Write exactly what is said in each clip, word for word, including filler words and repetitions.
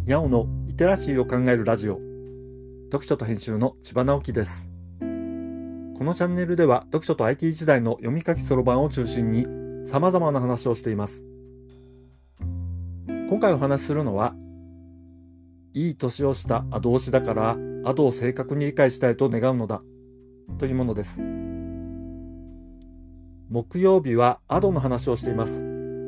にゃおのリテラシーを考えるラジオ、読書と編集の千葉直樹です。このチャンネルでは読書と アイティー 時代の読み書きそろばんを中心に様々な話をしています。今回お話しするのは、いい年をしたアド推しだからアドを正確に理解したいと願うのだというものです。木曜日はアドの話をしています。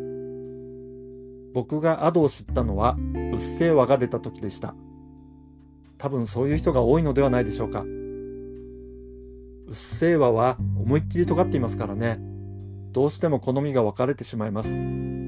僕がアドを知ったのはうっせぇわが出た時でした。多分そういう人が多いのではないでしょうか。うっせぇわは思いっきり尖っていますからね。どうしても好みが分かれてしまいます。こ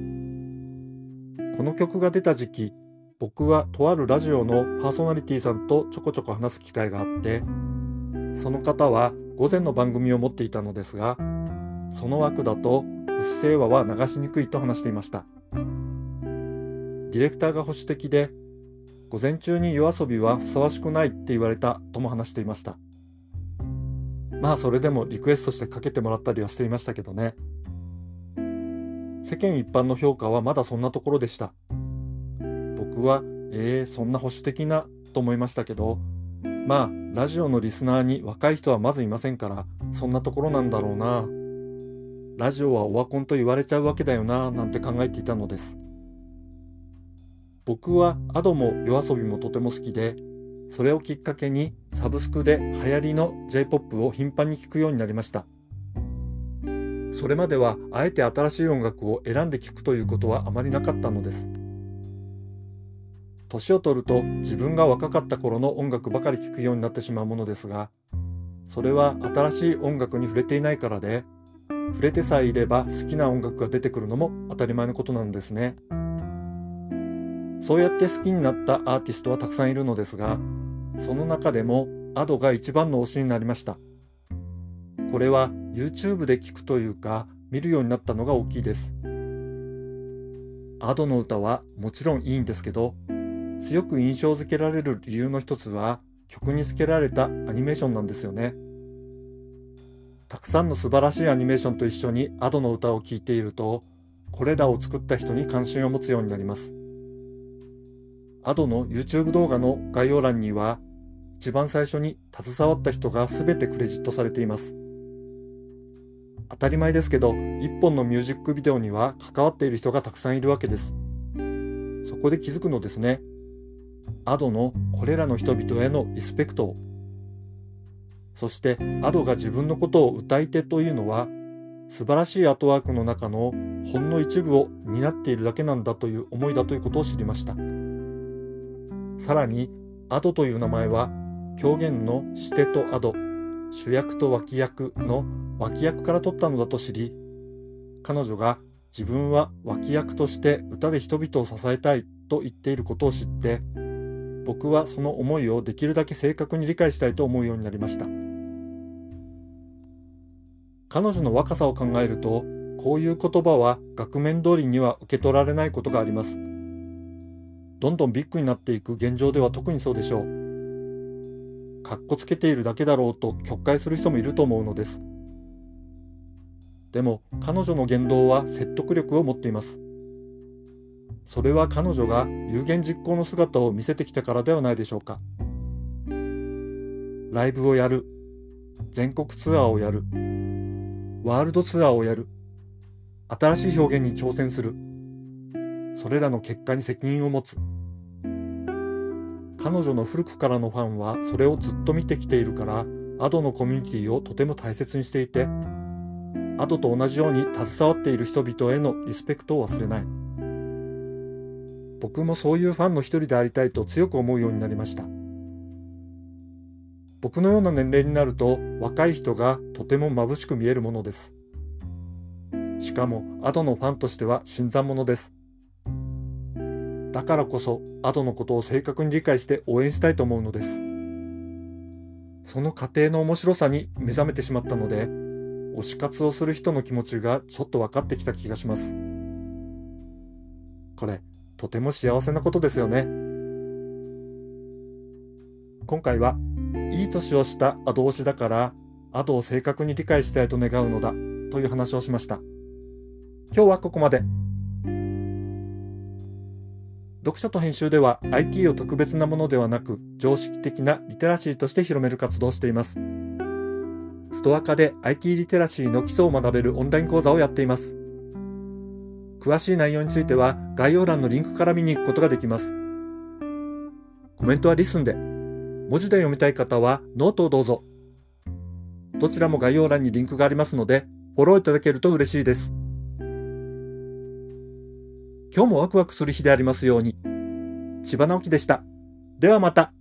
の曲が出た時期、僕はとあるラジオのパーソナリティさんとちょこちょこ話す機会があって、その方は午前の番組を持っていたのですが、その枠だとうっせぇわは流しにくいと話していました。ディレクターが保守的で、午前中に夜遊びはふさわしくないって言われたとも話していました。まあそれでもリクエストしてかけてもらったりはしていましたけどね。世間一般の評価はまだそんなところでした。僕はえー、そんな保守的なと思いましたけど、まあラジオのリスナーに若い人はまずいませんから、そんなところなんだろうな。ラジオはオワコンと言われちゃうわけだよななんて考えていたのです。僕はアドも夜遊びもとても好きで、それをきっかけにサブスクで流行りの ジェイポップ を頻繁に聴くようになりました。それまではあえて新しい音楽を選んで聴くということはあまりなかったのです。年を取ると自分が若かった頃の音楽ばかり聴くようになってしまうものですが、それは新しい音楽に触れていないからで、触れてさえいれば好きな音楽が出てくるのも当たり前のことなんですね。そうやって好きになったアーティストはたくさんいるのですが、その中でもアドが一番の推しになりました。これは YouTube で聞くというか見るようになったのが大きいです。アドの歌はもちろんいいんですけど、強く印象づけられる理由の一つは曲につけられたアニメーションなんですよね。たくさんの素晴らしいアニメーションと一緒にアドの歌を聴いていると、これらを作った人に関心を持つようになります。アドの YouTube 動画の概要欄には、一番最初に携わった人が全てクレジットされています。当たり前ですけど、一本のミュージックビデオには関わっている人がたくさんいるわけです。そこで気づくのですね。アドのこれらの人々へのリスペクトを。そしてアドが自分のことを歌い手というのは、素晴らしいアートワークの中のほんの一部を担っているだけなんだという思いだということを知りました。さらに、アドという名前は、狂言のシテとアド、主役と脇役の脇役から取ったのだと知り、彼女が自分は脇役として歌で人々を支えたいと言っていることを知って、僕はその思いをできるだけ正確に理解したいと思うようになりました。彼女の若さを考えると、こういう言葉は額面通りには受け取られないことがあります。どんどんビッグになっていく現状では特にそうでしょう。かっこつけているだけだろうと曲解する人もいると思うのです。でも彼女の言動は説得力を持っています。それは彼女が有言実行の姿を見せてきたからではないでしょうか。ライブをやる、全国ツアーをやる、ワールドツアーをやる、新しい表現に挑戦する、それらの結果に責任を持つ。彼女の古くからのファンはそれをずっと見てきているから、アドのコミュニティをとても大切にしていて、アドと同じように携わっている人々へのリスペクトを忘れない。僕もそういうファンの一人でありたいと強く思うようになりました。僕のような年齢になると若い人がとても眩しく見えるものです。しかもアドのファンとしては新参者です。だからこそアドのことを正確に理解して応援したいと思うのです。その過程の面白さに目覚めてしまったので、推し活をする人の気持ちがちょっと分かってきた気がします。これ、とても幸せなことですよね。今回は、いい年をしたアド推しだから、アドを正確に理解したいと願うのだという話をしました。今日はここまで。 読書と編集では アイティー を特別なものではなく常識的なリテラシーとして広める活動をしています。ストア化で アイティー リテラシーの基礎を学べるオンライン講座をやっています。詳しい内容については概要欄のリンクから見に行くことができます。コメントはリスンで、文字で読みたい方はノートをどうぞ。どちらも概要欄にリンクがありますので、フォローいただけると嬉しいです。今日もワクワクする日でありますように。千葉直樹でした。ではまた。